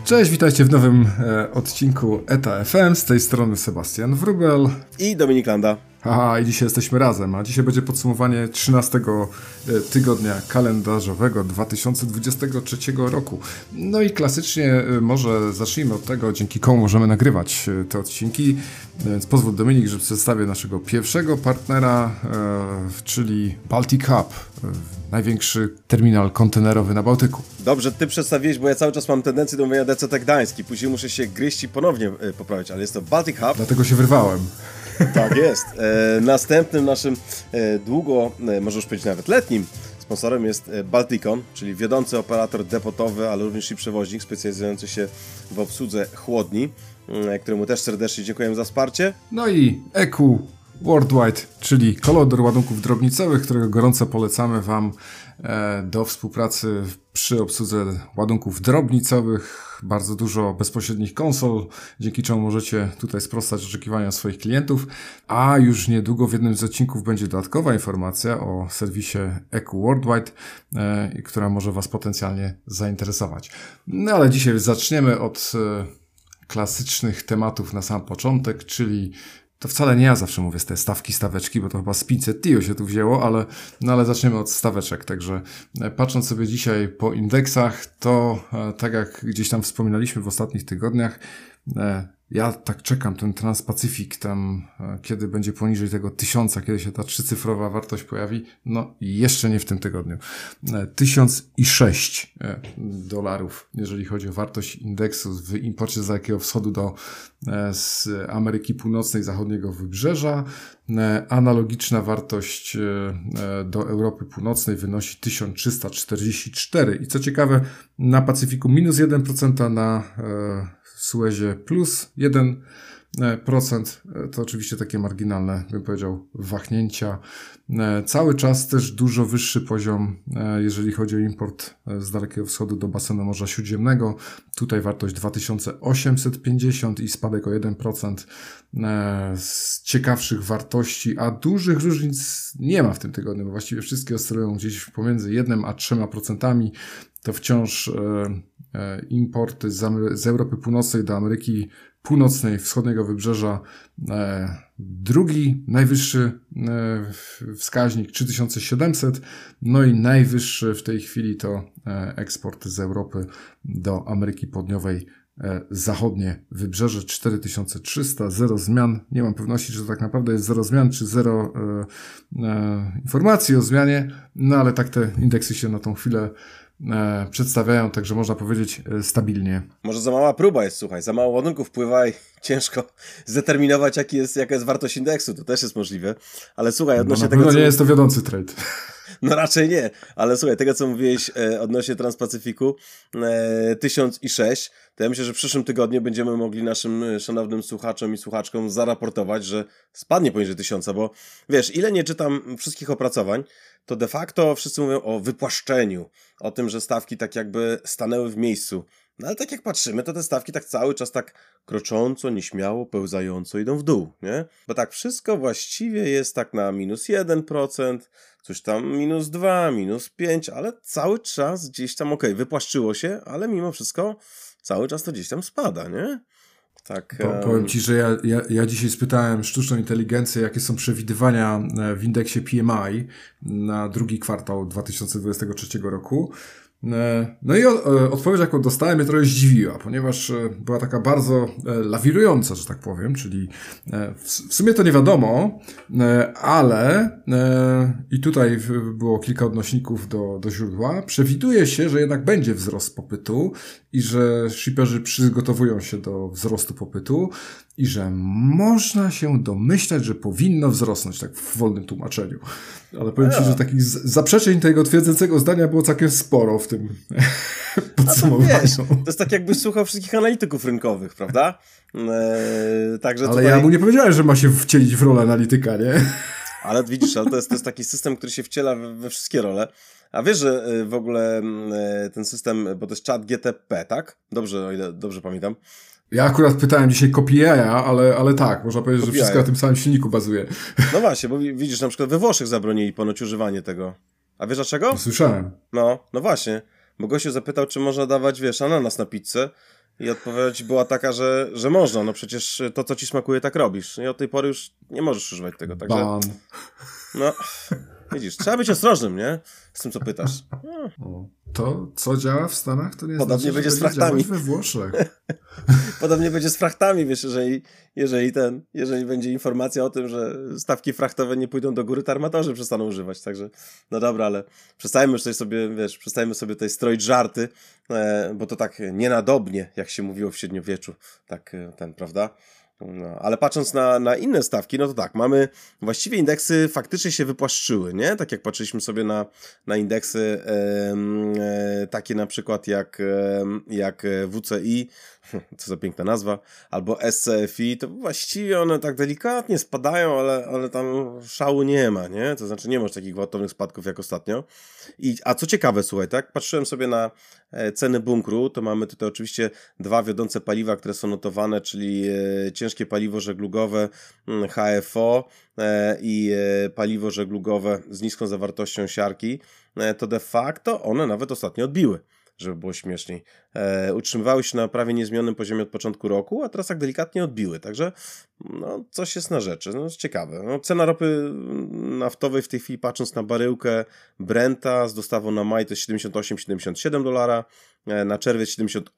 Cześć, witajcie w nowym odcinku ETA FM. Z tej strony Sebastian Wróbel i Dominik Landa. I dzisiaj jesteśmy razem, a dzisiaj będzie podsumowanie 13 tygodnia kalendarzowego 2023 roku. No i klasycznie może zacznijmy od tego, dzięki komu możemy nagrywać te odcinki. Więc pozwól, Dominik, że przedstawię naszego pierwszego partnera, czyli Baltic Hub, największy terminal kontenerowy na Bałtyku. Dobrze, ty przedstawiłeś, bo ja cały czas mam tendencję do mówienia DCT Gdański. Później muszę się gryźć i ponownie poprawić, ale jest to Baltic Hub. Dlatego się wyrwałem. Tak jest. Następnym naszym może już powiedzieć nawet letnim sponsorem jest Balticon, czyli wiodący operator depotowy, ale również i przewoźnik specjalizujący się w obsłudze chłodni, któremu też serdecznie dziękujemy za wsparcie. No i EQ Worldwide, czyli kolodor ładunków drobnicowych, którego gorąco polecamy Wam do współpracy przy obsłudze ładunków drobnicowych. Bardzo dużo bezpośrednich konsol, dzięki czemu możecie tutaj sprostać oczekiwaniom swoich klientów. A już niedługo w jednym z odcinków będzie dodatkowa informacja o serwisie EQ Worldwide, która może Was potencjalnie zainteresować. No ale dzisiaj zaczniemy od klasycznych tematów na sam początek, czyli to wcale nie ja zawsze mówię z te staweczki, bo to chyba z 500 TIO się tu wzięło, ale zaczniemy od staweczek. Także patrząc sobie dzisiaj po indeksach, to tak jak gdzieś tam wspominaliśmy w ostatnich tygodniach, ja tak czekam, ten Trans-Pacific tam, kiedy będzie poniżej tego 1000, kiedy się ta trzycyfrowa wartość pojawi, no jeszcze nie w tym tygodniu. 1006 dolarów, jeżeli chodzi o wartość indeksu w imporcie z Dalekiego Wschodu z Ameryki Północnej, zachodniego wybrzeża. Analogiczna wartość do Europy Północnej wynosi 1344 i co ciekawe, na Pacyfiku minus 1%, na Suezie plus 1%, to oczywiście takie marginalne, bym powiedział, wahnięcia. Cały czas też dużo wyższy poziom, jeżeli chodzi o import z Dalekiego Wschodu do basenu Morza Śródziemnego. Tutaj wartość 2850 i spadek o 1%. Z ciekawszych wartości, a dużych różnic nie ma w tym tygodniu, bo właściwie wszystkie oscylują gdzieś pomiędzy 1 a 3%. To wciąż importy z Europy Północnej do Ameryki Północnej, wschodniego wybrzeża. Drugi najwyższy wskaźnik 3700, no i najwyższy w tej chwili to eksport z Europy do Ameryki Południowej, zachodnie wybrzeże 4300, zero zmian. Nie mam pewności, czy to tak naprawdę jest zero zmian, czy zero informacji o zmianie, no ale tak te indeksy się na tą chwilę przedstawiają, także można powiedzieć stabilnie. Może za mała próba jest, słuchaj, za mało ładunków wpływa i ciężko zdeterminować jaka jest wartość indeksu, to też jest możliwe, ale słuchaj, odnośnie tego, nie jest to wiodący trade. No raczej nie, ale słuchaj, tego co mówiłeś odnośnie Trans-Pacyfiku 1006, to ja myślę, że w przyszłym tygodniu będziemy mogli naszym szanownym słuchaczom i słuchaczkom zaraportować, że spadnie poniżej 1000, bo wiesz, ile nie czytam wszystkich opracowań, to de facto wszyscy mówią o wypłaszczeniu, o tym, że stawki tak jakby stanęły w miejscu. No ale tak jak patrzymy, to te stawki tak cały czas tak krocząco, nieśmiało, pełzająco idą w dół, nie? Bo tak wszystko właściwie jest tak na minus 1%, coś tam minus 2%, minus 5%, ale cały czas gdzieś tam wypłaszczyło się, ale mimo wszystko cały czas to gdzieś tam spada, nie? Tak. Powiem Ci, że ja dzisiaj spytałem sztuczną inteligencję, jakie są przewidywania w indeksie PMI na drugi kwartał 2023 roku. No i odpowiedź, jaką dostałem, mnie trochę zdziwiła, ponieważ była taka bardzo lawirująca, że tak powiem, czyli w sumie to nie wiadomo, ale i tutaj było kilka odnośników do źródła. Przewiduje się, że jednak będzie wzrost popytu i że shipperzy przygotowują się do wzrostu popytu i że można się domyślać, że powinno wzrosnąć, tak w wolnym tłumaczeniu. Ale powiem Ci, że takich zaprzeczeń tego twierdzącego zdania było całkiem sporo w tym podsumowaniu. To jest tak, jakbyś słuchał wszystkich analityków rynkowych, prawda? Także ale ja mu nie powiedziałem, że ma się wcielić w rolę analityka, nie? Ale widzisz, ale to jest taki system, który się wciela we wszystkie role. A wiesz, że w ogóle ten system, bo to jest ChatGTP, tak? Dobrze, o ile dobrze pamiętam. Ja akurat pytałem dzisiaj Copy.ai, ale tak, można powiedzieć, że wszystko na tym samym silniku bazuje. No właśnie, bo widzisz, na przykład we Włoszech zabronili ponoć używanie tego. A wiesz dlaczego? Słyszałem. No właśnie. Bo gościu zapytał, czy można dawać, wiesz, ananas na pizzę I odpowiedź była taka, że można, no przecież to, co ci smakuje, tak robisz. I od tej pory już nie możesz używać tego, także... Ban. No, widzisz, trzeba być ostrożnym, nie? Z tym, co pytasz. To, co działa w Stanach, to nie Podobnie znaczy, będzie że z będzie frachtami. działać we Włoszech. Podobnie będzie z frachtami, wiesz, jeżeli będzie informacja o tym, że stawki frachtowe nie pójdą do góry, to armatorzy przestaną używać, także no dobra, ale przestajmy sobie tutaj stroić żarty, bo to tak nienadobnie, jak się mówiło w średniowieczu, tak prawda? No, ale patrząc na inne stawki, no to tak, mamy właściwie indeksy faktycznie się wypłaszczyły, nie? Tak jak patrzyliśmy sobie na indeksy takie na przykład jak WCI, co za piękna nazwa, albo SCFI, to właściwie one tak delikatnie spadają, ale tam szału nie ma, nie? To znaczy nie masz takich gwałtownych spadków jak ostatnio. A co ciekawe, słuchaj, tak? Patrzyłem sobie na ceny bunkru, to mamy tutaj oczywiście dwa wiodące paliwa, które są notowane, czyli ciężkie paliwo żeglugowe HFO i paliwo żeglugowe z niską zawartością siarki, to de facto one nawet ostatnio odbiły, żeby było śmieszniej. Utrzymywały się na prawie niezmienionym poziomie od początku roku, a teraz tak delikatnie odbiły. Także no, coś jest na rzeczy. No, jest ciekawe. No, cena ropy naftowej w tej chwili, patrząc na baryłkę Brenta z dostawą na maj, to jest $78,77, na czerwiec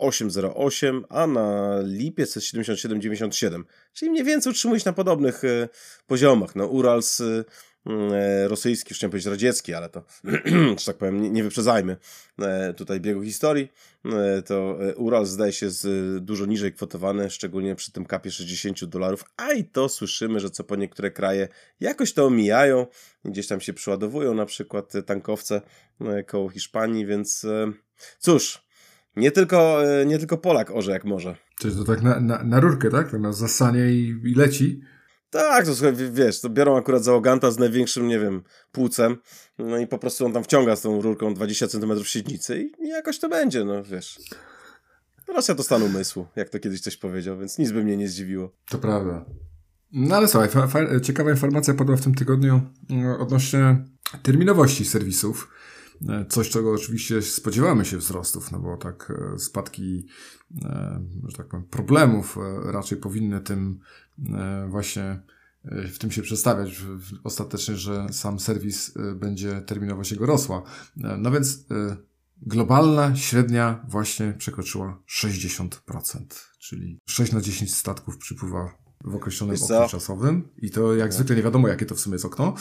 78,08, a na lipiec to jest 77,97. Czyli mniej więcej utrzymuje się na podobnych poziomach. No, Urals rosyjski, już chciałem powiedzieć radziecki, ale to, że tak powiem, nie wyprzedzajmy tutaj biegu historii, to Ural zdaje się jest dużo niżej kwotowany, szczególnie przy tym kapie $60, a i to słyszymy, że co po niektóre kraje jakoś to omijają, gdzieś tam się przyładowują, na przykład tankowce koło Hiszpanii, więc cóż, nie tylko Polak orze jak może. Czyli to tak na rurkę, tak? Tak na zasanie i leci. Tak, to słuchaj, wiesz, to biorą akurat załoganta z największym, nie wiem, płucem, no i po prostu on tam wciąga z tą rurką 20 cm średnicy i jakoś to będzie, no wiesz. Rosja to stan umysłu, jak to kiedyś coś powiedział, więc nic by mnie nie zdziwiło. To prawda. No ale słuchaj, ciekawa informacja padła w tym tygodniu odnośnie terminowości serwisów. Coś, czego oczywiście spodziewamy się wzrostów, no bo tak spadki, że tak powiem, problemów raczej powinny tym właśnie w tym się przedstawiać ostatecznie, że sam serwis będzie terminowość jego rosła. No więc globalna średnia właśnie przekroczyła 60%, czyli 6 na 10 statków przypływa w określonym oknie czasowym i to jak zwykle nie wiadomo, jakie to w sumie jest okno.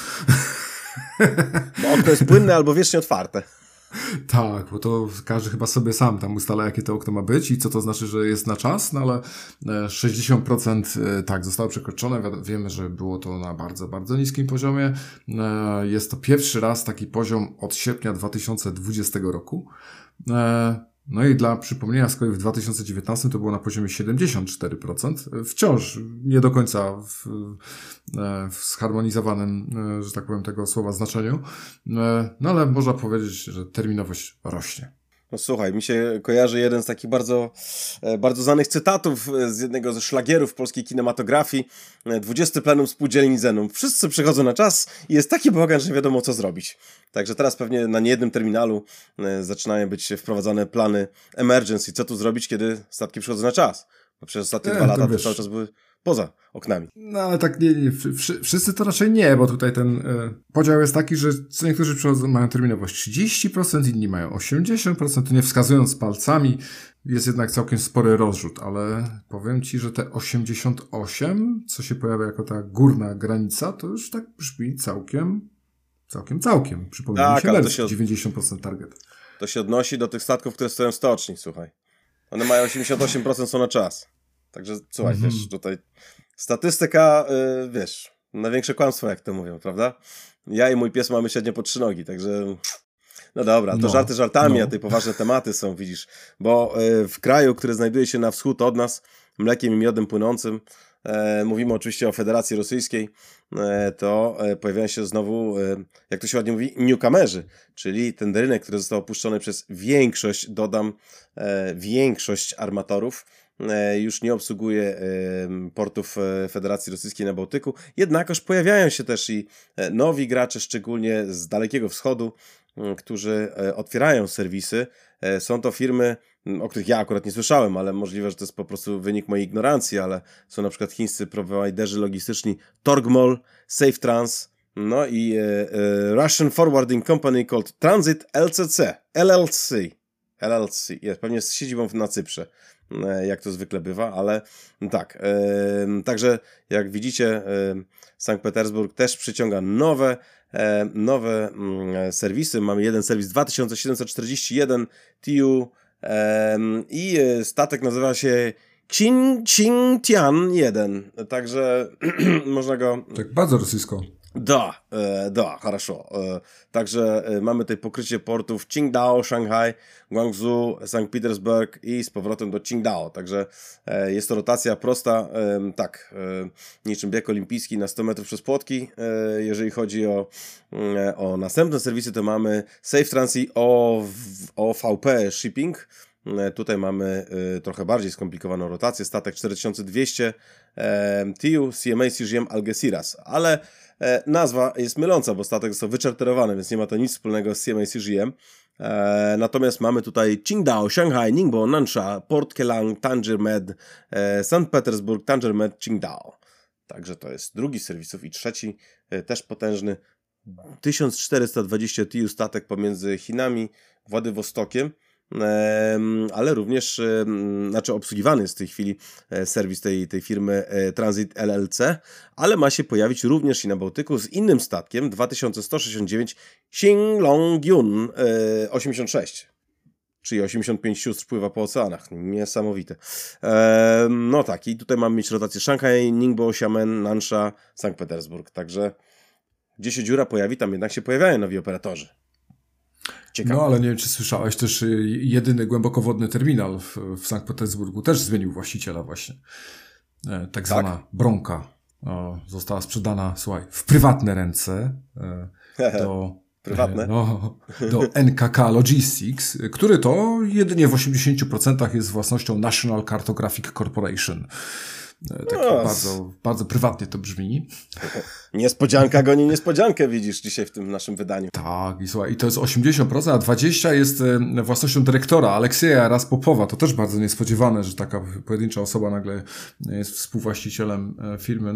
Bo okno jest płynne albo wiecznie otwarte. Tak, bo to każdy chyba sobie sam tam ustala, jakie to okno ma być i co to znaczy, że jest na czas, no ale 60% tak zostało przekroczone. Wiemy, że było to na bardzo, bardzo niskim poziomie. Jest to pierwszy raz taki poziom od sierpnia 2020 roku. No i dla przypomnienia, z kolei w 2019 to było na poziomie 74%. Wciąż nie do końca w zharmonizowanym, że tak powiem, tego słowa znaczeniu. No ale można powiedzieć, że terminowość rośnie. No słuchaj, mi się kojarzy jeden z takich bardzo, bardzo znanych cytatów z jednego ze szlagierów polskiej kinematografii. 20 plenum spółdzielni Zenum. Wszyscy przychodzą na czas i jest taki bałagan, że nie wiadomo co zrobić. Także teraz pewnie na niejednym terminalu zaczynają być wprowadzane plany emergency. Co tu zrobić, kiedy statki przychodzą na czas? Bo przez ostatnie 2 lata to cały czas były poza oknami. No ale tak nie, wszyscy to raczej nie, bo tutaj ten podział jest taki, że co niektórzy mają terminowość 30%, inni mają 80%, tu nie wskazując palcami, jest jednak całkiem spory rozrzut, ale powiem Ci, że te 88, co się pojawia jako ta górna granica, to już tak brzmi całkiem. Przypomnę mi się Mersk, 90% target. To się odnosi do tych statków, które stoją w stoczni, słuchaj. One mają 88% są na czas. Także słuchaj, wiesz, tutaj statystyka, wiesz, największe kłamstwo, jak to mówią, prawda? Ja i mój pies mamy średnio po 3 nogi, także no dobra, to żarty żartami, a te poważne tematy są, widzisz, bo w kraju, który znajduje się na wschód od nas, mlekiem i miodem płynącym, mówimy oczywiście o Federacji Rosyjskiej, to pojawiają się znowu, jak to się ładnie mówi, newcomerzy, czyli ten rynek, który został opuszczony przez większość armatorów, już nie obsługuje portów Federacji Rosyjskiej na Bałtyku, jednakoż pojawiają się też i nowi gracze, szczególnie z Dalekiego Wschodu, którzy otwierają serwisy. Są to firmy, o których ja akurat nie słyszałem, ale możliwe, że to jest po prostu wynik mojej ignorancji, ale są na przykład chińscy prowajderzy logistyczni Torgmol, SafeTrans, no i Russian Forwarding Company called Transit LLC, jest pewnie z siedzibą na Cyprze, jak to zwykle bywa, ale tak, także jak widzicie, Sankt Petersburg też przyciąga nowe serwisy. Mamy jeden serwis 2741 TU i statek nazywa się Qingtian 1, także można go... Tak bardzo rosyjsko. Da, хорошо. Także mamy tutaj pokrycie portów Qingdao, Szanghaj, Guangzhou, Sankt Petersburg i z powrotem do Qingdao. Także jest to rotacja prosta, niczym bieg olimpijski na 100 metrów przez płotki. Jeżeli chodzi o następne serwisy, to mamy SafeTrans i OVP Shipping. Tutaj mamy trochę bardziej skomplikowaną rotację. Statek 4200 TU CMA CGM Algeciras, ale nazwa jest myląca, bo statek został wyczarterowany, więc nie ma to nic wspólnego z CMA CGM. Natomiast mamy tutaj Qingdao, Shanghai, Ningbo, Nansha, Port Kelang, Tanger Med, Sankt Petersburg, Tanger Med, Qingdao. Także to jest drugi z serwisów i trzeci, też potężny, 1420 TU statek pomiędzy Chinami, Władywostokiem, ale również, obsługiwany jest w tej chwili serwis tej firmy Transit LLC, ale ma się pojawić również i na Bałtyku z innym statkiem 2169 Xinglongyun 86. Czyli 85 sióstr pływa po oceanach. Niesamowite. No tak, i tutaj mamy mieć rotację Szanghaj, Ningbo, Xiamen, Nansha, Sankt Petersburg. Także gdzie się dziura pojawi, tam jednak się pojawiają nowi operatorzy. Ciekawe. No, ale nie wiem, czy słyszałeś, też jedyny głębokowodny terminal w Sankt Petersburgu też zmienił właściciela właśnie. Tak zwana Bronka została sprzedana, słuchaj, w prywatne ręce Prywatne? Do NKK Logistics, który to jedynie w 80% jest własnością National Cartographic Corporation. Tak bardzo, bardzo prywatnie to brzmi. Niespodzianka goni niespodziankę, widzisz dzisiaj w tym naszym wydaniu. Tak, i słuchaj, i to jest 80%, a 20% jest własnością dyrektora Aleksieja Raspopowa. To też bardzo niespodziewane, że taka pojedyncza osoba nagle jest współwłaścicielem firmy.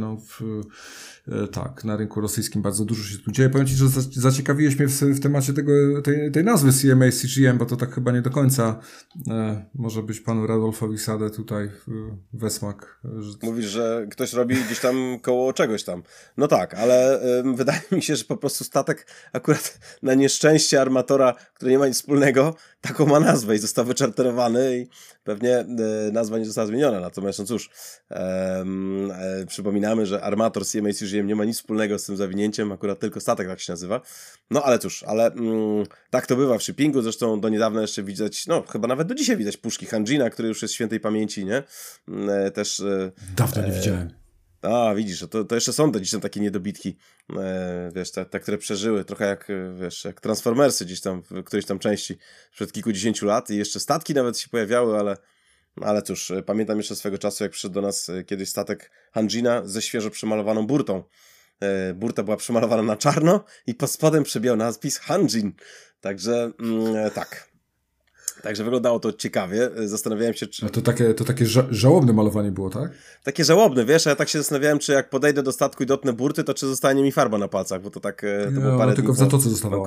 Tak, na rynku rosyjskim bardzo dużo się tu dzieje. Powiem Ci, że zaciekawiłeś mnie w temacie tej nazwy CMA CGM, bo to tak chyba nie do końca może być panu Radolfowi Sadę tutaj we smak. Mówisz, że ktoś robi gdzieś tam koło czegoś tam. No tak, ale wydaje mi się, że po prostu statek akurat na nieszczęście armatora, który nie ma nic wspólnego, taką ma nazwę i został wyczarterowany i pewnie nazwa nie została zmieniona. Natomiast no cóż, przypominamy, że armator CMA CGM nie ma nic wspólnego z tym zawinięciem, akurat tylko statek tak się nazywa. No ale cóż, tak to bywa w shippingu, zresztą do niedawna jeszcze widać, no chyba nawet do dzisiaj widać puszki Hanjina, który już jest świętej pamięci, nie? Też... Dawno nie widziałem. A, widzisz, to jeszcze są gdzieś tam takie niedobitki, wiesz, te, które przeżyły, trochę jak, wiesz, jak Transformersy gdzieś tam, w którejś tam części sprzed kilkudziesięciu lat i jeszcze statki nawet się pojawiały, ale cóż, pamiętam jeszcze swego czasu, jak przyszedł do nas kiedyś statek Hanjina ze świeżo przemalowaną burtą. Burta była przemalowana na czarno i pod spodem przebiał napis Hanjin. Także, tak. Także wyglądało to ciekawie. Zastanawiałem się, czy... A to takie żałobne malowanie było, tak? Takie żałobne, wiesz, a ja tak się zastanawiałem, czy jak podejdę do statku i dotknę burty, to czy zostanie mi farba na palcach, bo to tak to było parę tylko dni w Zatoce zostawało.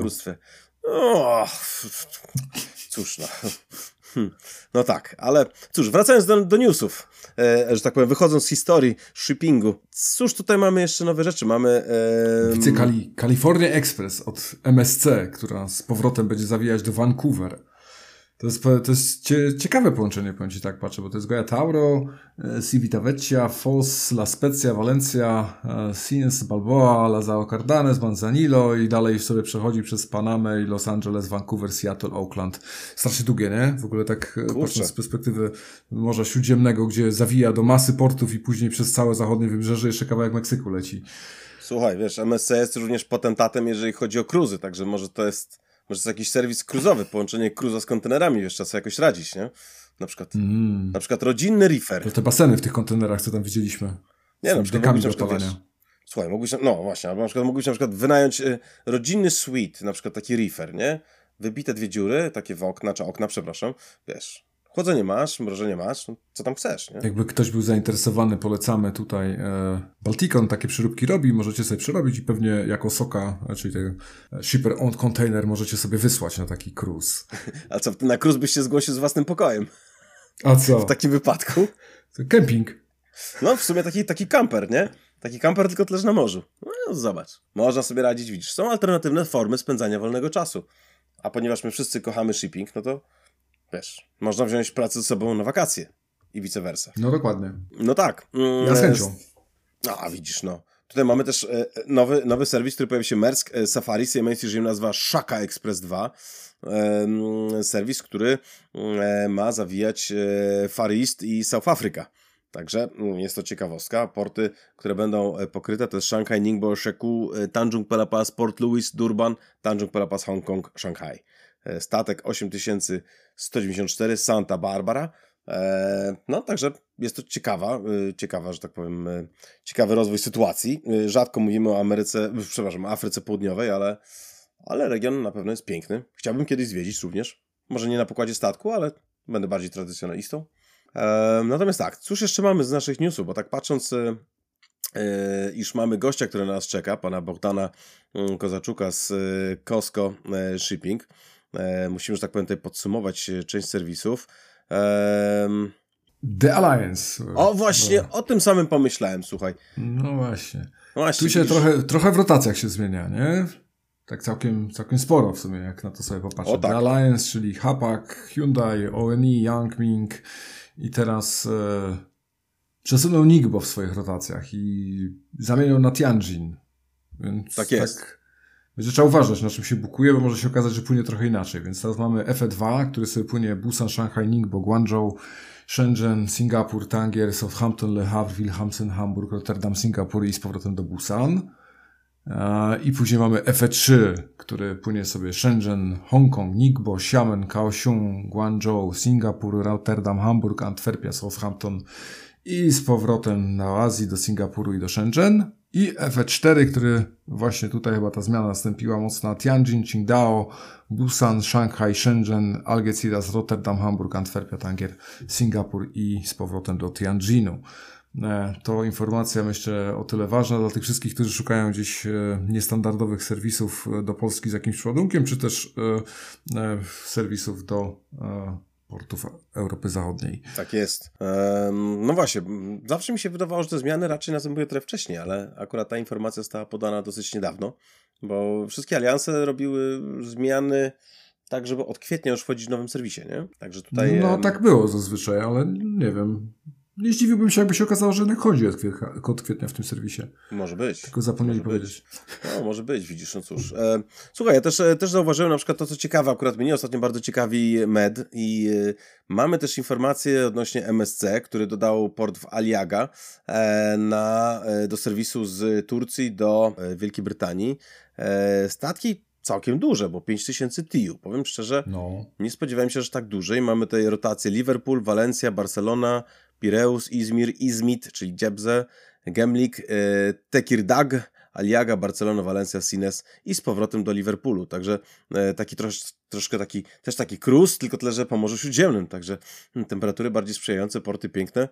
Cóż, no. No tak, ale cóż, wracając do newsów, że tak powiem, wychodząc z historii shippingu, cóż tutaj mamy jeszcze nowe rzeczy, mamy... California Express od MSC, która z powrotem będzie zawijać do Vancouver. To jest ciekawe połączenie, powiem Ci tak, patrzę, bo to jest Gioia Tauro, Civitavecchia, Foz, La Spezia, Valencia, Sines, Balboa, Lazao Cardenas, Manzanillo i dalej sobie przechodzi przez Panamę i Los Angeles, Vancouver, Seattle, Oakland. Strasznie długie, nie? W ogóle tak patrząc z perspektywy Morza Śródziemnego, gdzie zawija do masy portów i później przez całe zachodnie wybrzeże jeszcze kawałek Meksyku leci. Słuchaj, wiesz, MSC jest również potentatem, jeżeli chodzi o cruzy, także może to jest jakiś serwis cruzowy, połączenie cruza z kontenerami, wiesz, trzeba sobie jakoś radzić, nie? Na przykład rodzinny reefer. To te baseny w tych kontenerach, co tam widzieliśmy. Nie, na przykład do palenia. Słuchaj, mógłbyś, no właśnie, albo na przykład mógłbyś na przykład wynająć rodzinny suite, na przykład taki reefer, nie? Wybite 2 dziury, takie w okna, przepraszam, wiesz, chłodzenie masz, mrożenie masz, no, co tam chcesz, nie? Jakby ktoś był zainteresowany, polecamy tutaj Balticon, takie przeróbki robi, możecie sobie przerobić i pewnie jako soka, czyli ten shipper on container możecie sobie wysłać na taki cruise. A co, na cruise byś się zgłosił z własnym pokojem? A co? W takim wypadku? Kemping. No, w sumie taki kamper, nie? Taki kamper, tylko leży na morzu. No, zobacz. Można sobie radzić, widzisz. Są alternatywne formy spędzania wolnego czasu. A ponieważ my wszyscy kochamy shipping, no to wiesz, można wziąć pracę ze sobą na wakacje i vice versa. No dokładnie. No tak. Ja z chęcią. A widzisz, no. Tutaj mamy też nowy serwis, który pojawi się Maersk Safari, CMA się nazywa Shaka Express 2. Serwis, który ma zawijać Far East i South Africa. Także jest to ciekawostka. Porty, które będą pokryte, to jest Shanghai, Ningbo, Shekou, Tanjung Palapas, Port Louis, Durban, Tanjung Palapas, Hongkong, Szanghaj. Statek 8194, Santa Barbara. No, także jest to ciekawa, że tak powiem, ciekawy rozwój sytuacji. Rzadko mówimy o Afryce Południowej, ale region na pewno jest piękny. Chciałbym kiedyś zwiedzić również. Może nie na pokładzie statku, ale będę bardziej tradycjonalistą. Natomiast tak, cóż jeszcze mamy z naszych newsów, bo tak patrząc, iż mamy gościa, który na nas czeka, pana Bogdana Kozaczuka z COSCO Shipping. Musimy, że tak powiem, tutaj podsumować część serwisów. The Alliance. O właśnie, o tym samym pomyślałem, słuchaj. No właśnie. Tu się trochę w rotacjach się zmienia, nie? Tak całkiem sporo w sumie, jak na to sobie popatrzę. O, tak. The Alliance, czyli Hapag, Hyundai, ONI, Yangming i teraz przesunął Ningbo w swoich rotacjach i zamienił na Tianjin. Więc tak jest. Będzie trzeba uważać, na czym się bukuje, bo może się okazać, że płynie trochę inaczej. Więc teraz mamy FE2, który sobie płynie Busan, Shanghai, Ningbo, Guangzhou, Shenzhen, Singapur, Tangier, Southampton, Le Havre, Wilhelmsen, Hamburg, Rotterdam, Singapur i z powrotem do Busan. I później mamy FE3, który płynie sobie Shenzhen, Hongkong, Ningbo, Xiamen, Kaohsiung, Guangzhou, Singapur, Rotterdam, Hamburg, Antwerpia, Southampton i z powrotem na Azji do Singapuru i do Shenzhen. I FE4, który właśnie tutaj chyba ta zmiana nastąpiła mocna. Tianjin, Qingdao, Busan, Shanghai, Shenzhen, Algeciras, Rotterdam, Hamburg, Antwerpia, Tangier, Singapur i z powrotem do Tianjinu. To informacja, myślę, o tyle ważna dla tych wszystkich, którzy szukają gdzieś niestandardowych serwisów do Polski z jakimś przeładunkiem, czy też serwisów do portów Europy Zachodniej. Tak jest. No właśnie, zawsze mi się wydawało, że te zmiany raczej następują trochę wcześniej, ale akurat ta informacja została podana dosyć niedawno, bo wszystkie alianse robiły zmiany tak, żeby od kwietnia już wchodzić w nowym serwisie, nie? Także tutaj... No tak było zazwyczaj, ale nie wiem. Nie zdziwiłbym się, jakby się okazało, że jednak chodzi od kwietnia w tym serwisie. Może być. Tylko zapomnieli powiedzieć. No, może być, widzisz, no cóż. Słuchaj, ja też zauważyłem na przykład to, co ciekawe, akurat mnie ostatnio bardzo ciekawi MED i mamy też informacje odnośnie MSC, który dodał port w Aliaga do serwisu z Turcji do Wielkiej Brytanii. Statki całkiem duże, bo 5000 TEU. Powiem szczerze, nie spodziewałem się, że tak duże. I mamy tutaj rotacje Liverpool, Walencja, Barcelona, Pireus, Izmir, Izmit, czyli Dżebze, Gemlik, Tekirdağ, Aliaga, Barcelona, Walencja, Sines i z powrotem do Liverpoolu. Także taki troszkę taki cruise, tylko tyle, że po Morzu Śródziemnym. Także temperatury bardziej sprzyjające, porty piękne,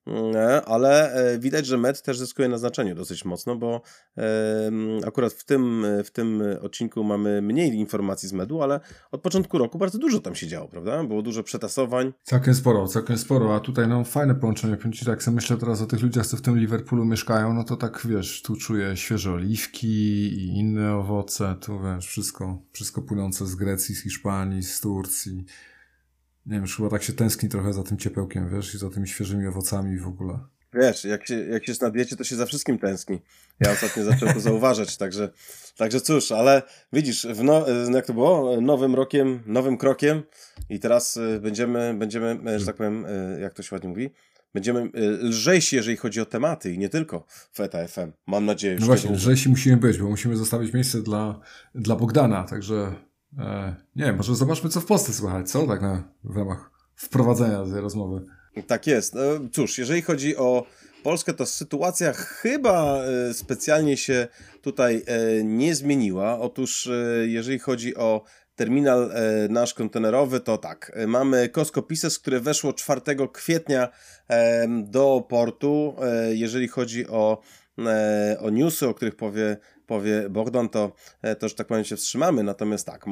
ale widać, że MED też zyskuje na znaczeniu dosyć mocno, bo akurat w tym odcinku mamy mniej informacji z MED-u, ale od początku roku bardzo dużo tam się działo, prawda? Było dużo przetasowań. Całkiem sporo, a tutaj fajne połączenie. Powiem Ci tak, jak myślę teraz o tych ludziach, co w tym Liverpoolu mieszkają, no to tak, wiesz, tu czuję świeże oliwki i inne owoce, tu wiesz, wszystko płynące z Grecji, z Hiszpanii, z Turcji. Nie wiem, już chyba tak się tęskni trochę za tym ciepełkiem, wiesz, i za tymi świeżymi owocami w ogóle. Wiesz, jak się jest na diecie, to się za wszystkim tęskni. Ja ostatnio zacząłem to zauważać, także cóż, ale widzisz, jak to było? Nowym rokiem, nowym krokiem i teraz będziemy, że tak powiem, jak to się ładnie mówi, będziemy lżejsi, jeżeli chodzi o tematy i nie tylko w ETA FM. Mam nadzieję. No właśnie, lżejsi musimy być, bo musimy zostawić miejsce dla Bogdana, także nie wiem, może zobaczmy, co w Polsce słychać, co? Tak w ramach wprowadzenia tej rozmowy. Tak jest. Cóż, jeżeli chodzi o Polskę, to sytuacja chyba specjalnie się tutaj nie zmieniła. Otóż jeżeli chodzi o terminal nasz kontenerowy, to tak, mamy Costco Pieces, które weszło 4 kwietnia do portu. Jeżeli chodzi o newsy, o których powie Bogdan, to że tak powiem się wstrzymamy. Natomiast tak,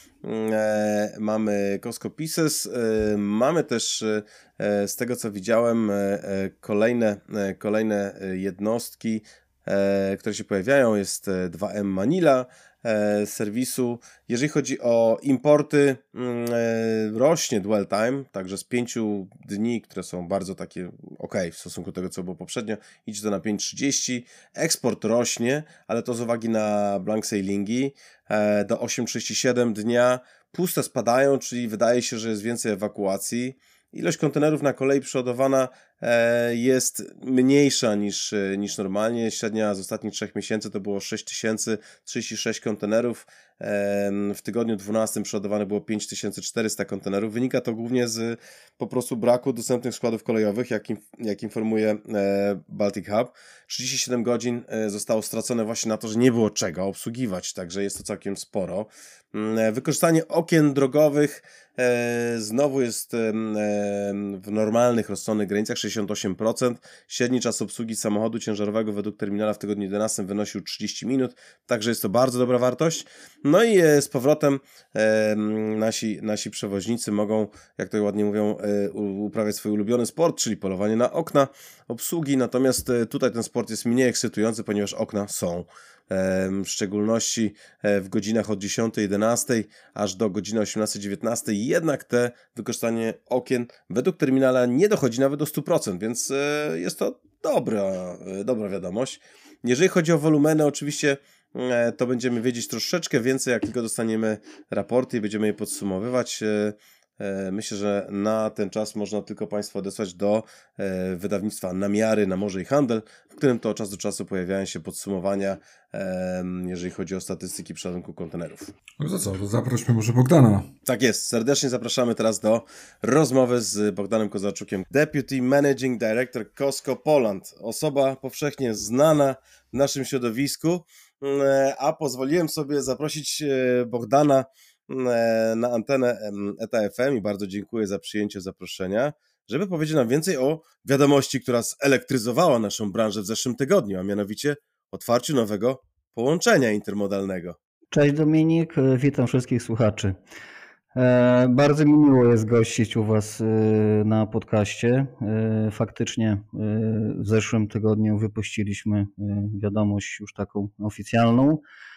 mamy Costco Pieces, mamy też z tego co widziałem kolejne jednostki, które się pojawiają. Jest 2M Manila serwisu. Jeżeli chodzi o importy, rośnie dwell time, także z 5 dni, które są bardzo takie w stosunku do tego, co było poprzednio, idzie to na 5,30. Eksport rośnie, ale to z uwagi na blank sailingi do 8,37 dnia. Puste spadają, czyli wydaje się, że jest więcej ewakuacji. Ilość kontenerów na kolei przeładowana jest mniejsza niż normalnie. Średnia z ostatnich 3 miesięcy to było 6036 kontenerów. W tygodniu 12 przeładowane było 5400 kontenerów. Wynika to głównie z po prostu braku dostępnych składów kolejowych, jak informuje Baltic Hub. 37 godzin zostało stracone właśnie na to, że nie było czego obsługiwać, także jest to całkiem sporo. Wykorzystanie okien drogowych znowu jest w normalnych, rozsądnych granicach 68%. Średni czas obsługi samochodu ciężarowego według terminala w tygodniu 11 wynosił 30 minut, także jest to bardzo dobra wartość. No i z powrotem nasi przewoźnicy mogą, jak to ładnie mówią, uprawiać swój ulubiony sport, czyli polowanie na okna obsługi, natomiast tutaj ten sport jest mniej ekscytujący, ponieważ okna są. W szczególności w godzinach od 10:11 aż do godziny 18:19 jednak te wykorzystanie okien według terminala nie dochodzi nawet do 100%, więc jest to dobra wiadomość. Jeżeli chodzi o wolumeny, oczywiście to będziemy wiedzieć troszeczkę więcej, jak tylko dostaniemy raporty i będziemy je podsumowywać. Myślę, że na ten czas można tylko Państwa odesłać do wydawnictwa Namiary na Morze i Handel, w którym to od czasu do czasu pojawiają się podsumowania, jeżeli chodzi o statystyki przeładunku kontenerów. No to co, to zaprośmy może Bogdana. Tak jest, serdecznie zapraszamy teraz do rozmowy z Bogdanem Kozaczukiem, Deputy Managing Director Costco Poland, osoba powszechnie znana w naszym środowisku, a pozwoliłem sobie zaprosić Bogdana na antenę ETA FM i bardzo dziękuję za przyjęcie zaproszenia, żeby powiedzieć nam więcej o wiadomości, która zelektryzowała naszą branżę w zeszłym tygodniu, a mianowicie otwarciu nowego połączenia intermodalnego. Cześć Dominik, witam wszystkich słuchaczy. Bardzo mi miło jest gościć u Was na podcaście. Faktycznie w zeszłym tygodniu wypuściliśmy wiadomość już taką oficjalną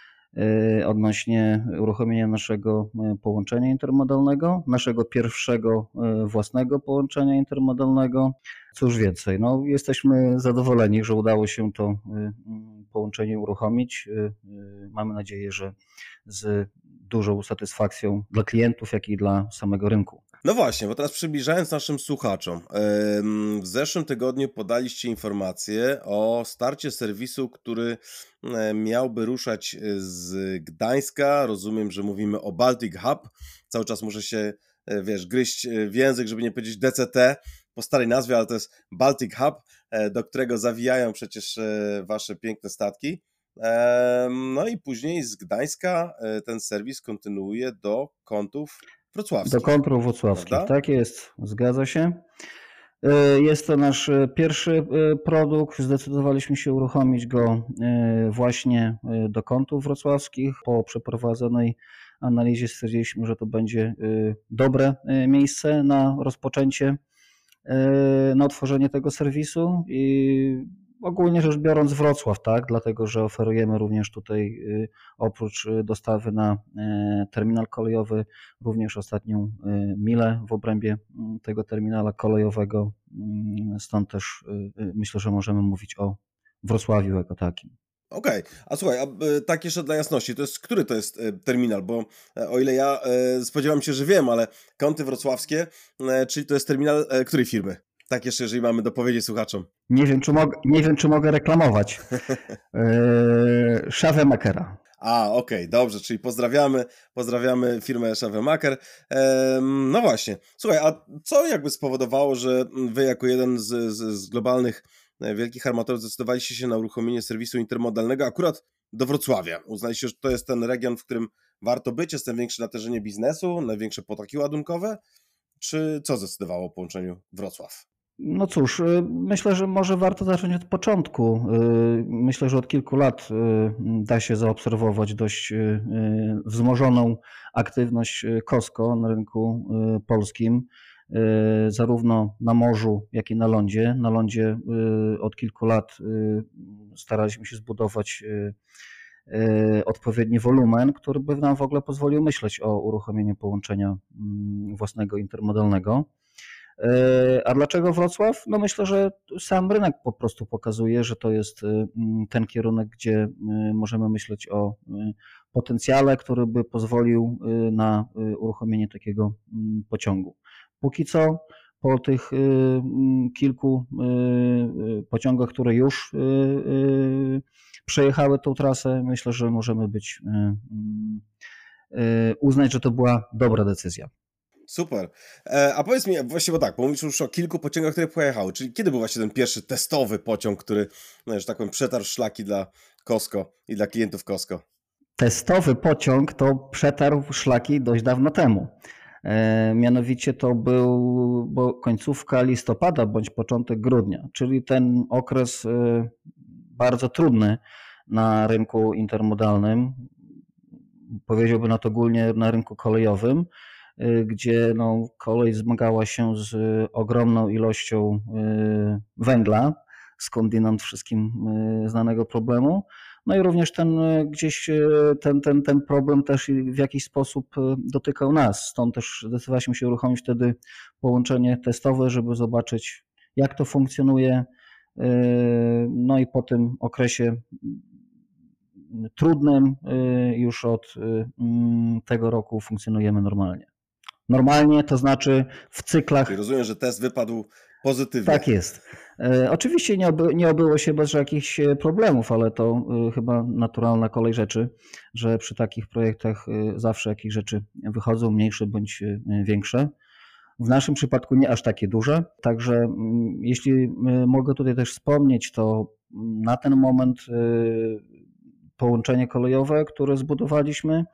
odnośnie uruchomienia naszego połączenia intermodalnego, naszego pierwszego własnego połączenia intermodalnego. Cóż więcej, no jesteśmy zadowoleni, że udało się to połączenie uruchomić. Mamy nadzieję, że z dużą satysfakcją dla klientów, jak i dla samego rynku. No właśnie, bo teraz przybliżając naszym słuchaczom, w zeszłym tygodniu podaliście informację o starcie serwisu, który miałby ruszać z Gdańska. Rozumiem, że mówimy o Baltic Hub. Cały czas muszę się, gryźć w język, żeby nie powiedzieć DCT po starej nazwie, ale to jest Baltic Hub, do którego zawijają przecież wasze piękne statki. No i później z Gdańska ten serwis kontynuuje do Kątów Wrocławskich. Do Kątów Wrocławskich, prawda? Tak jest, zgadza się. Jest to nasz pierwszy produkt, zdecydowaliśmy się uruchomić go właśnie do Kątów Wrocławskich. Po przeprowadzonej analizie stwierdziliśmy, że to będzie dobre miejsce na rozpoczęcie, na otworzenie tego serwisu i ogólnie rzecz biorąc Wrocław, tak, dlatego że oferujemy również tutaj oprócz dostawy na terminal kolejowy również ostatnią milę w obrębie tego terminala kolejowego, stąd też myślę, że możemy mówić o Wrocławiu jako takim. Okej, a słuchaj, tak jeszcze dla jasności, który to jest terminal, bo o ile ja spodziewam się, że wiem, ale Kąty Wrocławskie, czyli to jest terminal której firmy? Tak jeszcze, jeżeli mamy dopowiedzieć słuchaczom. Nie wiem, czy mogę reklamować. Schaeffemacher. Okej, dobrze, czyli pozdrawiamy firmę Schaeffemacher. No właśnie, słuchaj, a co jakby spowodowało, że wy jako jeden z globalnych wielkich armatorów zdecydowaliście się na uruchomienie serwisu intermodalnego akurat do Wrocławia. Uznaliście, że to jest ten region, w którym warto być, jest największe natężenie biznesu, największe potoki ładunkowe, czy co zdecydowało o połączeniu Wrocław? No cóż, myślę, że może warto zacząć od początku. Myślę, że od kilku lat da się zaobserwować dość wzmożoną aktywność COSCO na rynku polskim, zarówno na morzu, jak i na lądzie. Na lądzie od kilku lat staraliśmy się zbudować odpowiedni wolumen, który by nam w ogóle pozwolił myśleć o uruchomieniu połączenia własnego intermodalnego. A dlaczego Wrocław? No myślę, że sam rynek po prostu pokazuje, że to jest ten kierunek, gdzie możemy myśleć o potencjale, który by pozwolił na uruchomienie takiego pociągu. Póki co po tych kilku pociągach, które już przejechały tą trasę, myślę, że możemy uznać, że to była dobra decyzja. Super. A powiedz mi, właściwie tak, bo mówisz już o kilku pociągach, które pojechały, czyli kiedy był właśnie ten pierwszy testowy pociąg, który, no, że tak powiem, przetarł szlaki dla COSCO i dla klientów COSCO? Testowy pociąg to przetarł szlaki dość dawno temu. Mianowicie to był końcówka listopada bądź początek grudnia, czyli ten okres bardzo trudny na rynku intermodalnym, powiedziałbym nawet ogólnie na rynku kolejowym, gdzie kolej zmagała się z ogromną ilością węgla, skądinąd wszystkim znanego problemu. No i również ten problem też w jakiś sposób dotykał nas. Stąd też zdecydowaliśmy się uruchomić wtedy połączenie testowe, żeby zobaczyć, jak to funkcjonuje. No i po tym okresie trudnym już od tego roku funkcjonujemy normalnie. Normalnie, to znaczy w cyklach. Czyli rozumiem, że test wypadł pozytywnie. Tak jest. Oczywiście nie obyło się bez jakichś problemów, ale to chyba naturalna kolej rzeczy, że przy takich projektach zawsze jakieś rzeczy wychodzą, mniejsze bądź większe. W naszym przypadku nie aż takie duże. Także jeśli mogę tutaj też wspomnieć, to na ten moment połączenie kolejowe, które zbudowaliśmy,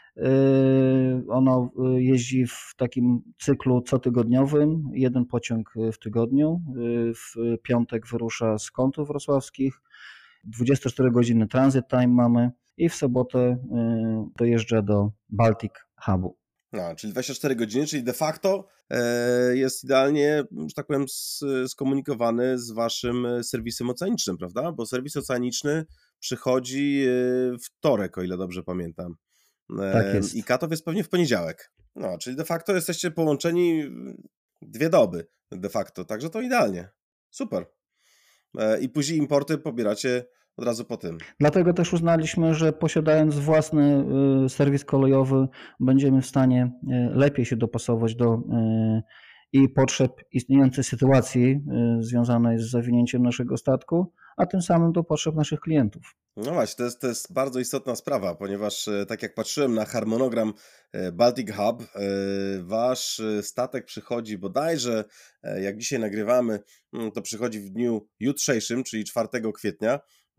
ono jeździ w takim cyklu cotygodniowym, jeden pociąg w tygodniu. W piątek wyrusza z Kątów Wrocławskich, 24 godziny transit time mamy i w sobotę dojeżdża do Baltic Hubu. No, czyli 24 godziny, czyli de facto jest idealnie, że tak powiem, skomunikowany z waszym serwisem oceanicznym, prawda? Bo serwis oceaniczny przychodzi wtorek, o ile dobrze pamiętam. Tak jest. I cut-off jest pewnie w poniedziałek. No, czyli de facto jesteście połączeni 2 doby de facto, także to idealnie. Super. I później importy pobieracie od razu po tym. Dlatego też uznaliśmy, że posiadając własny serwis kolejowy będziemy w stanie lepiej się dopasować do i potrzeb istniejącej sytuacji związanej z zawinięciem naszego statku, a tym samym do potrzeb naszych klientów. No właśnie, to jest bardzo istotna sprawa, ponieważ tak jak patrzyłem na harmonogram Baltic Hub, wasz statek przychodzi bodajże, jak dzisiaj nagrywamy, to przychodzi w dniu jutrzejszym, czyli 4 kwietnia.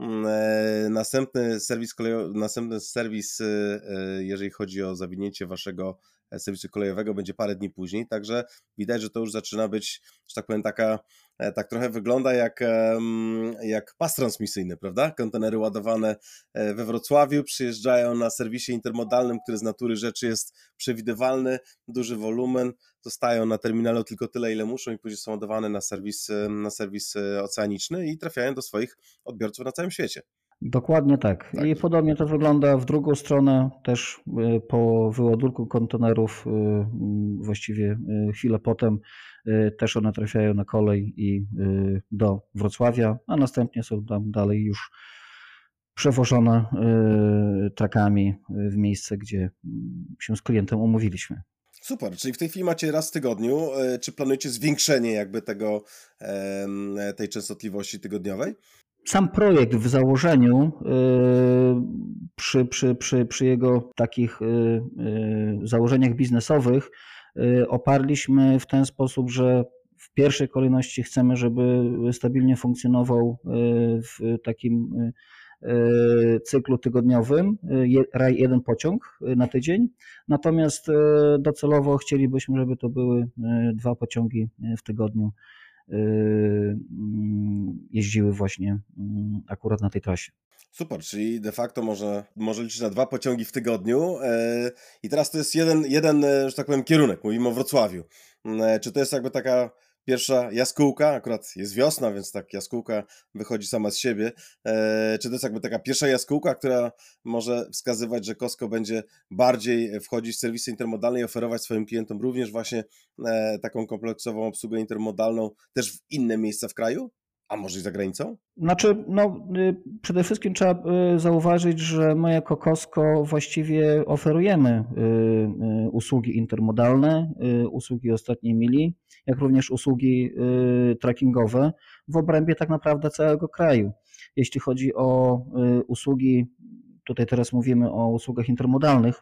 Następny serwis, jeżeli chodzi o zawinięcie waszego serwisu kolejowego, będzie parę dni później, także widać, że to już zaczyna być, że tak powiem, tak trochę wygląda jak pas transmisyjny, prawda? Kontenery ładowane we Wrocławiu przyjeżdżają na serwisie intermodalnym, który z natury rzeczy jest przewidywalny, duży wolumen, zostają na terminalu tylko tyle, ile muszą i później są ładowane na serwis oceaniczny i trafiają do swoich odbiorców na całym świecie. Dokładnie tak. I podobnie to wygląda w drugą stronę, też po wyładunku kontenerów, właściwie chwilę potem, też one trafiają na kolej i do Wrocławia, a następnie są tam dalej już przewożone trakami w miejsce, gdzie się z klientem umówiliśmy. Super, czyli w tej chwili macie raz w tygodniu. Czy planujecie zwiększenie jakby tej częstotliwości tygodniowej? Sam projekt w założeniu przy jego takich założeniach biznesowych oparliśmy w ten sposób, że w pierwszej kolejności chcemy, żeby stabilnie funkcjonował w takim cyklu tygodniowym, jeden pociąg na tydzień, natomiast docelowo chcielibyśmy, żeby to były 2 pociągi w tygodniu jeździły właśnie akurat na tej trasie. Super, czyli de facto może liczyć na 2 pociągi w tygodniu i teraz to jest jeden, że tak powiem, kierunek, mówimy o Wrocławiu. Czy to jest jakby taka pierwsza jaskółka, akurat jest wiosna, więc tak jaskółka wychodzi sama z siebie. Czy to jest jakby taka pierwsza jaskółka, która może wskazywać, że Costco będzie bardziej wchodzić w serwisy intermodalne i oferować swoim klientom również właśnie taką kompleksową obsługę intermodalną też w inne miejsca w kraju? A może i za granicą? Znaczy, przede wszystkim trzeba zauważyć, że my jako Costco właściwie oferujemy usługi intermodalne, usługi ostatniej mili, jak również usługi trackingowe w obrębie tak naprawdę całego kraju. Jeśli chodzi o usługi, tutaj teraz mówimy o usługach intermodalnych,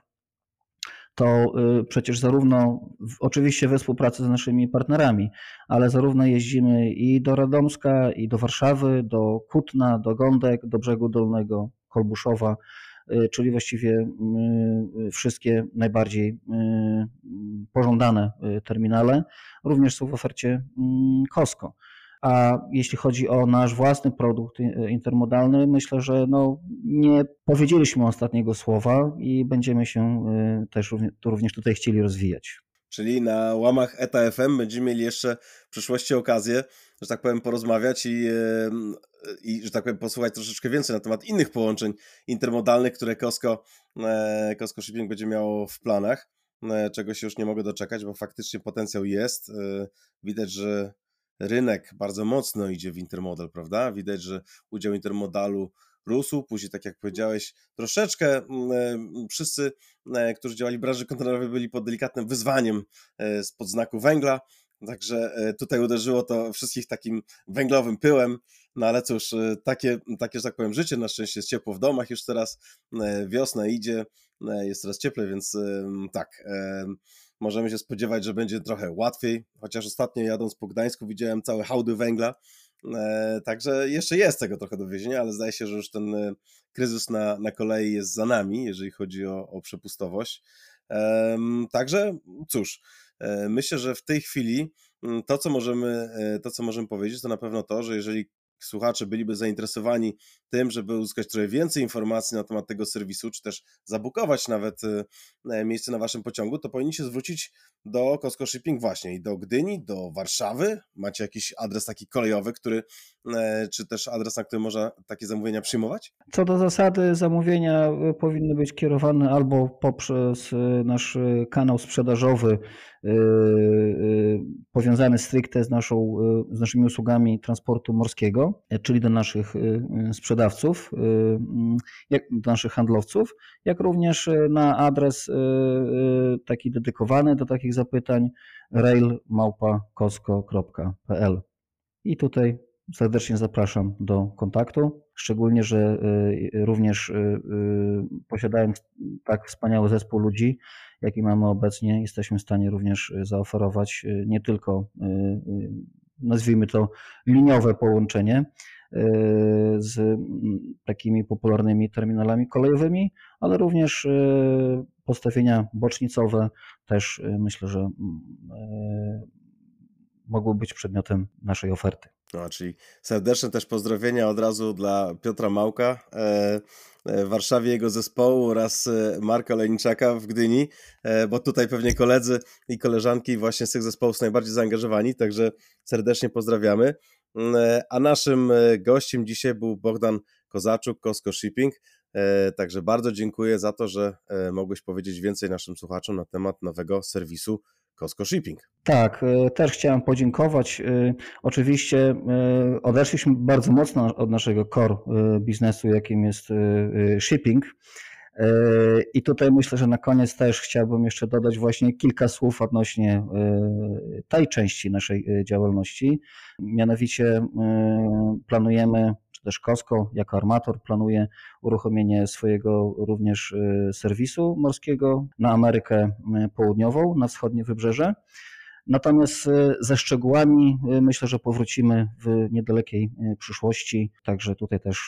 to przecież zarówno, oczywiście we współpracy z naszymi partnerami, ale zarówno jeździmy i do Radomska, i do Warszawy, do Kutna, do Gądek, do Brzegu Dolnego, Kolbuszowa, czyli właściwie wszystkie najbardziej pożądane terminale również są w ofercie Costco. A jeśli chodzi o nasz własny produkt intermodalny, myślę, że nie powiedzieliśmy ostatniego słowa i będziemy się też również tutaj chcieli rozwijać. Czyli na łamach ETA FM będziemy mieli jeszcze w przyszłości okazję, że tak powiem, porozmawiać i że tak powiem, posłuchać troszeczkę więcej na temat innych połączeń intermodalnych, które Costco Shipping będzie miało w planach, czego się już nie mogę doczekać, bo faktycznie potencjał jest. Widać, że rynek bardzo mocno idzie w intermodal, prawda? Widać, że udział intermodalu rósł, później tak jak powiedziałeś, troszeczkę wszyscy, którzy działali w branży kontenerowej, byli pod delikatnym wyzwaniem spod znaku węgla, także tutaj uderzyło to wszystkich takim węglowym pyłem, no ale cóż, takie, że tak powiem, życie, na szczęście jest ciepło w domach już teraz, wiosna idzie, jest coraz cieplej, więc tak, możemy się spodziewać, że będzie trochę łatwiej, chociaż ostatnio jadąc po Gdańsku widziałem całe hałdy węgla, także jeszcze jest tego trochę do wiezienia, ale zdaje się, że już ten kryzys na kolei jest za nami, jeżeli chodzi o przepustowość. Także cóż, myślę, że w tej chwili to, co możemy powiedzieć, to na pewno to, że jeżeli słuchacze byliby zainteresowani tym, żeby uzyskać trochę więcej informacji na temat tego serwisu, czy też zabukować nawet miejsce na waszym pociągu, to powinni się zwrócić do Costco Shipping właśnie i do Gdyni, do Warszawy. Macie jakiś adres taki kolejowy, czy też adres, na którym można takie zamówienia przyjmować? Co do zasady, zamówienia powinny być kierowane albo poprzez nasz kanał sprzedażowy powiązany stricte z naszymi usługami transportu morskiego, czyli do naszych sprzedawców, do naszych handlowców, jak również na adres taki dedykowany do takich zapytań rail@costco.pl. I tutaj serdecznie zapraszam do kontaktu, szczególnie, że również posiadając tak wspaniały zespół ludzi, jaki mamy obecnie, jesteśmy w stanie również zaoferować nie tylko, nazwijmy to, liniowe połączenie z takimi popularnymi terminalami kolejowymi, ale również postawienia bocznicowe też myślę, że mogły być przedmiotem naszej oferty. No, czyli serdeczne też pozdrowienia od razu dla Piotra Małka w Warszawie, jego zespołu oraz Marka Olejniczaka w Gdyni, bo tutaj pewnie koledzy i koleżanki właśnie z tych zespołów są najbardziej zaangażowani, także serdecznie pozdrawiamy. A naszym gościem dzisiaj był Bogdan Kozaczuk, Costco Shipping, także bardzo dziękuję za to, że mogłeś powiedzieć więcej naszym słuchaczom na temat nowego serwisu Costco Shipping. Tak, też chciałem podziękować. Oczywiście odeszliśmy bardzo mocno od naszego core biznesu, jakim jest shipping. I tutaj myślę, że na koniec też chciałbym jeszcze dodać właśnie kilka słów odnośnie tej części naszej działalności. Mianowicie planujemy, czy też Costco jako armator planuje uruchomienie swojego również serwisu morskiego na Amerykę Południową, na wschodnie wybrzeże. Natomiast ze szczegółami myślę, że powrócimy w niedalekiej przyszłości, także tutaj też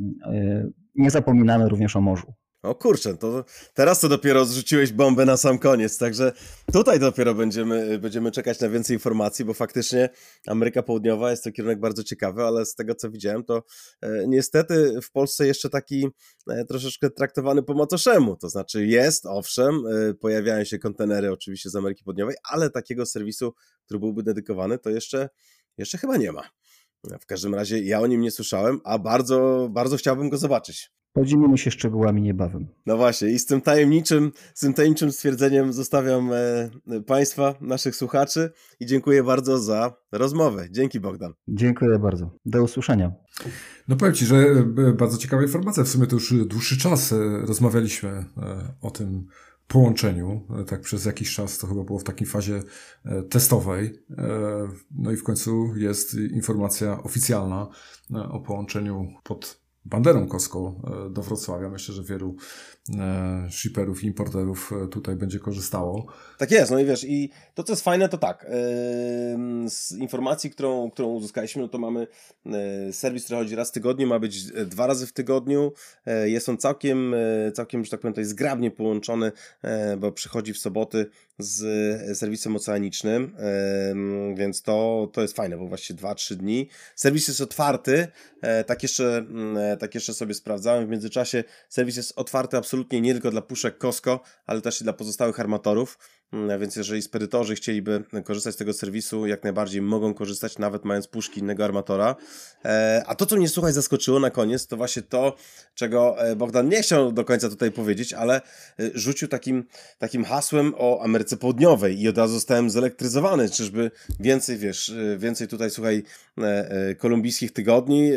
nie zapominamy również o morzu. O kurczę, to teraz to dopiero zrzuciłeś bombę na sam koniec, także tutaj dopiero będziemy czekać na więcej informacji, bo faktycznie Ameryka Południowa jest to kierunek bardzo ciekawy, ale z tego co widziałem, to niestety w Polsce jeszcze taki troszeczkę traktowany po macoszemu, to znaczy jest, owszem, pojawiają się kontenery oczywiście z Ameryki Południowej, ale takiego serwisu, który byłby dedykowany, to jeszcze chyba nie ma. W każdym razie ja o nim nie słyszałem, a bardzo, bardzo chciałbym go zobaczyć. Podzielimy się szczegółami niebawem. No właśnie i z tym tajemniczym stwierdzeniem zostawiam Państwa, naszych słuchaczy i dziękuję bardzo za rozmowę. Dzięki, Bogdan. Dziękuję bardzo. Do usłyszenia. No powiem Ci, że bardzo ciekawa informacja. W sumie to już dłuższy czas rozmawialiśmy o tym połączeniu. Tak przez jakiś czas to chyba było w takiej fazie testowej. No i w końcu jest informacja oficjalna o połączeniu pod banderą Costco do Wrocławia. Myślę, że wielu shipperów i importerów tutaj będzie korzystało. Tak jest, no i wiesz, i to co jest fajne to tak, z informacji, którą uzyskaliśmy, no to mamy serwis, który chodzi raz w tygodniu, ma być 2 razy w tygodniu, jest on całkiem, że tak powiem, to jest zgrabnie połączony, bo przychodzi w soboty z serwisem oceanicznym, więc to jest fajne, bo właściwie 2-3 dni. Serwis jest otwarty, tak jeszcze sobie sprawdzałem w międzyczasie, serwis jest otwarty absolutnie nie tylko dla puszek Costco, ale też i dla pozostałych armatorów, więc jeżeli spedytorzy chcieliby korzystać z tego serwisu, jak najbardziej mogą korzystać, nawet mając puszki innego armatora. A to, co mnie, słuchaj, zaskoczyło na koniec, to właśnie to, czego Bogdan nie chciał do końca tutaj powiedzieć, ale rzucił takim hasłem o Ameryce Południowej i od razu zostałem zelektryzowany. Czyżby więcej tutaj, słuchaj, kolumbijskich tygodni,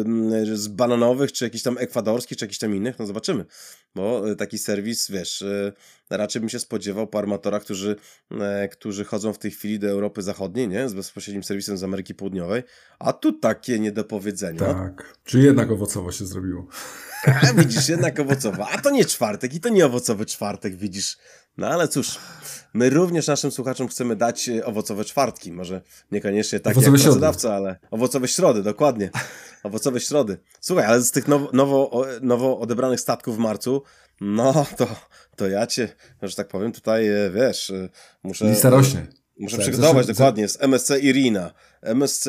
z bananowych, czy jakichś tam ekwadorskich, czy jakichś tam innych, no zobaczymy. Bo taki serwis, raczej bym się spodziewał po armatorach, którzy chodzą w tej chwili do Europy Zachodniej, nie? Z bezpośrednim serwisem z Ameryki Południowej, a tu takie niedopowiedzenia. Tak, czyli jednak owocowo się zrobiło. Widzisz, jednak owocowo. A to nie czwartek i to nie owocowy czwartek, widzisz. No ale cóż, my również naszym słuchaczom chcemy dać owocowe czwartki. Może niekoniecznie tak jak pracodawca, ale owocowe środy, dokładnie. Owocowe środy. Słuchaj, ale z tych nowo odebranych statków w marcu, no to ja cię, że tak powiem, tutaj muszę... Lista rośnie. Muszę przygotować dokładnie. Z MSC Irina, MSC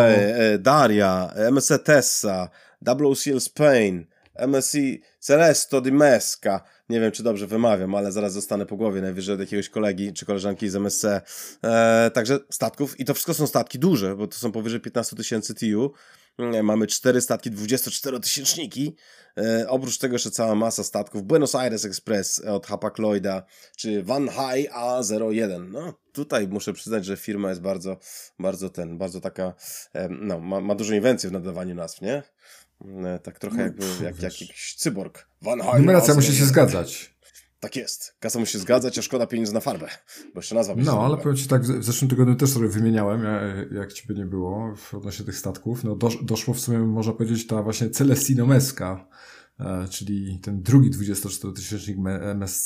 Daria, MSC Tessa, WCL Spain, MSC Ceresto di Mesca. Nie wiem, czy dobrze wymawiam, ale zaraz zostanę po głowie najwyżej od jakiegoś kolegi czy koleżanki z MSC. Także statków. I to wszystko są statki duże, bo to są powyżej 15 000 TU. Mamy 4 statki 24-tysięczniki. Oprócz tego jeszcze cała masa statków. Buenos Aires Express od Hapag-Lloyda, czy Van Hai A01. No, tutaj muszę przyznać, że firma jest bardzo taka, no, ma dużo inwencji w nadawaniu nazw, nie? Tak trochę jakby jak jakiś cyborg. Van Hai. Numeracja musi się zgadzać. Tak jest. Kasa musi się zgadzać, a szkoda pieniędzy na farbę. Bo jeszcze nazwa by się ale powiem Ci tak, w zeszłym tygodniu też sobie wymieniałem, jak Ciebie nie było odnośnie tych statków. No doszło w sumie, można powiedzieć, ta właśnie Celestino Mesca, czyli ten drugi 24-tysięcznik MSC.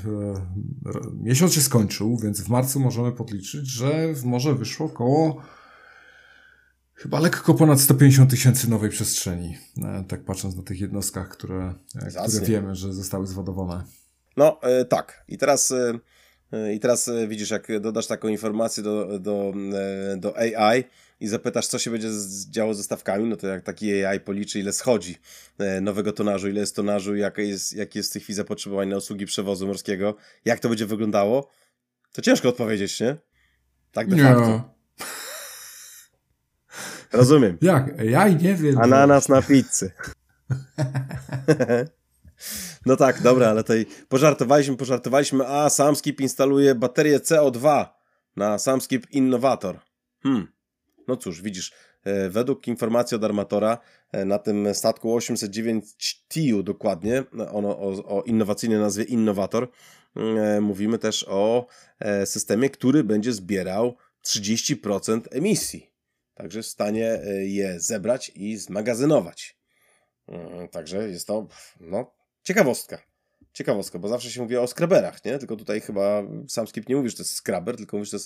Miesiąc się skończył, więc w marcu możemy podliczyć, że w morze wyszło około chyba lekko ponad 150 000 nowej przestrzeni. Tak patrząc na tych jednostkach, które wiemy, że zostały zwodowane. No tak. I teraz widzisz, jak dodasz taką informację do AI i zapytasz, co się będzie działo ze stawkami, no to jak taki AI policzy, ile schodzi nowego tonażu, ile jest tonażu, jakie jest w tej chwili zapotrzebowanie na usługi przewozu morskiego, jak to będzie wyglądało, to ciężko odpowiedzieć, nie? Tak de facto. Rozumiem. Jak? Ja nie wiem. Ananas na pizzy. No tak, dobra, ale tutaj pożartowaliśmy, a Samskip instaluje baterię CO2 na Samskip Innovator. No cóż, widzisz, według informacji od armatora na tym statku 809 TU dokładnie, o innowacyjnej nazwie Innovator, mówimy też o systemie, który będzie zbierał 30% emisji. Także w stanie je zebrać i zmagazynować. Także jest to, ciekawostka, bo zawsze się mówi o skraberach, nie? Tylko tutaj chyba Samskip nie mówi, że to jest skraber, tylko mówi, że to jest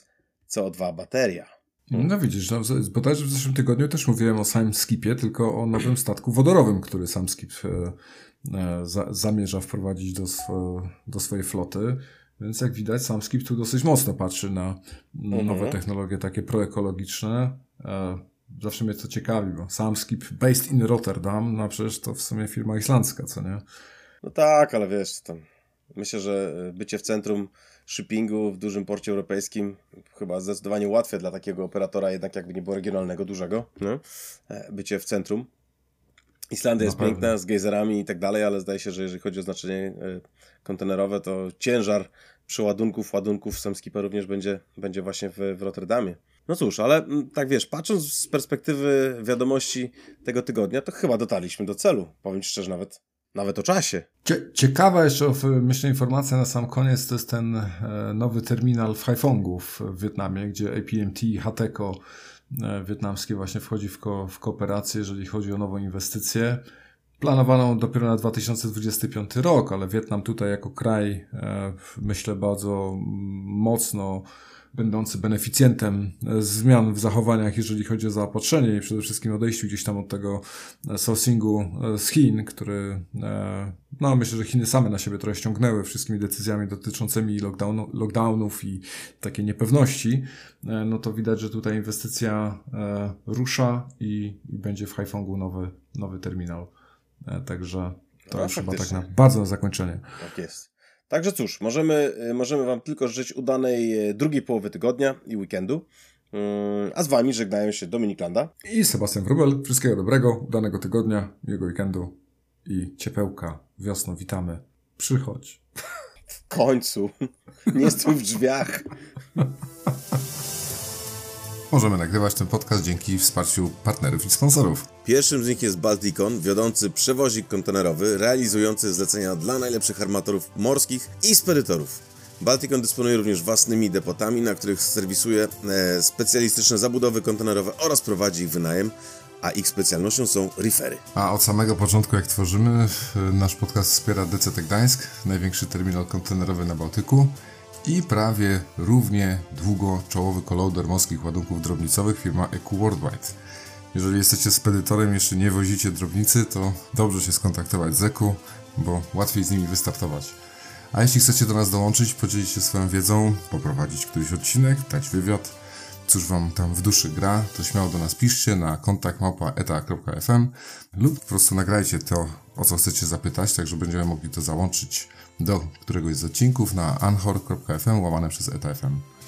CO2 bateria. No widzisz, no, bodajże w zeszłym tygodniu też mówiłem o Samskipie, tylko o nowym statku wodorowym, który Samskip zamierza wprowadzić do swojej floty. Więc jak widać, Samskip tu dosyć mocno patrzy na nowe technologie takie proekologiczne. Zawsze mnie to ciekawi, bo Samskip based in Rotterdam, no przecież to w sumie firma islandzka, co nie? No tak, ale wiesz, tam myślę, że bycie w centrum shippingu w dużym porcie europejskim chyba zdecydowanie łatwiej dla takiego operatora, jednak jakby nie było regionalnego, dużego, no? Bycie w centrum. Islandia jest piękna, z gejzerami i tak dalej, ale zdaje się, że jeżeli chodzi o znaczenie kontenerowe, to ciężar przeładunków, ładunków Samskipa również będzie właśnie w Rotterdamie. No cóż, ale tak wiesz, patrząc z perspektywy wiadomości tego tygodnia, to chyba dotarliśmy do celu. Powiem ci szczerze, nawet o czasie. Ciekawa jeszcze, myślę, informacja na sam koniec, to jest ten nowy terminal w Haiphongu w Wietnamie, gdzie APMT i Hateco wietnamskie właśnie wchodzi w kooperację, jeżeli chodzi o nową inwestycję. Planowaną dopiero na 2025 rok, ale Wietnam tutaj jako kraj, myślę, bardzo mocno będący beneficjentem zmian w zachowaniach, jeżeli chodzi o zaopatrzenie i przede wszystkim odejściu gdzieś tam od tego sourcingu z Chin, który, no myślę, że Chiny same na siebie trochę ściągnęły wszystkimi decyzjami dotyczącymi lockdownów i takiej niepewności, no to widać, że tutaj inwestycja rusza i będzie w Haiphongu nowy terminal. Także to już chyba tak bardzo na zakończenie. Tak jest. Także cóż, możemy wam tylko życzyć udanej drugiej połowy tygodnia i weekendu. A z wami żegnają się Dominik Landa i Sebastian Wróbel. Wszystkiego dobrego, udanego tygodnia, miłego weekendu i ciepełka. Wiosną witamy. Przychodź. W końcu. Nie stój w drzwiach. Możemy nagrywać ten podcast dzięki wsparciu partnerów i sponsorów. Pierwszym z nich jest Balticon, wiodący przewozik kontenerowy, realizujący zlecenia dla najlepszych armatorów morskich i spedytorów. Balticon dysponuje również własnymi depotami, na których serwisuje specjalistyczne zabudowy kontenerowe oraz prowadzi ich wynajem, a ich specjalnością są reefery. A od samego początku, jak tworzymy, nasz podcast wspiera DCT Gdańsk, największy terminal kontenerowy na Bałtyku. I prawie równie długo czołowy kolauder morskich ładunków drobnicowych firma EQ Worldwide. Jeżeli jesteście spedytorem i jeszcze nie wozicie drobnicy, to dobrze się skontaktować z EQ, bo łatwiej z nimi wystartować. A jeśli chcecie do nas dołączyć, podzielić się swoją wiedzą, poprowadzić któryś odcinek, dać wywiad, cóż wam tam w duszy gra, to śmiało do nas piszcie na kontakt@eta.fm lub po prostu nagrajcie to, o co chcecie zapytać, tak że będziemy mogli to załączyć do któregoś z odcinków na anchor.fm/eta.fm.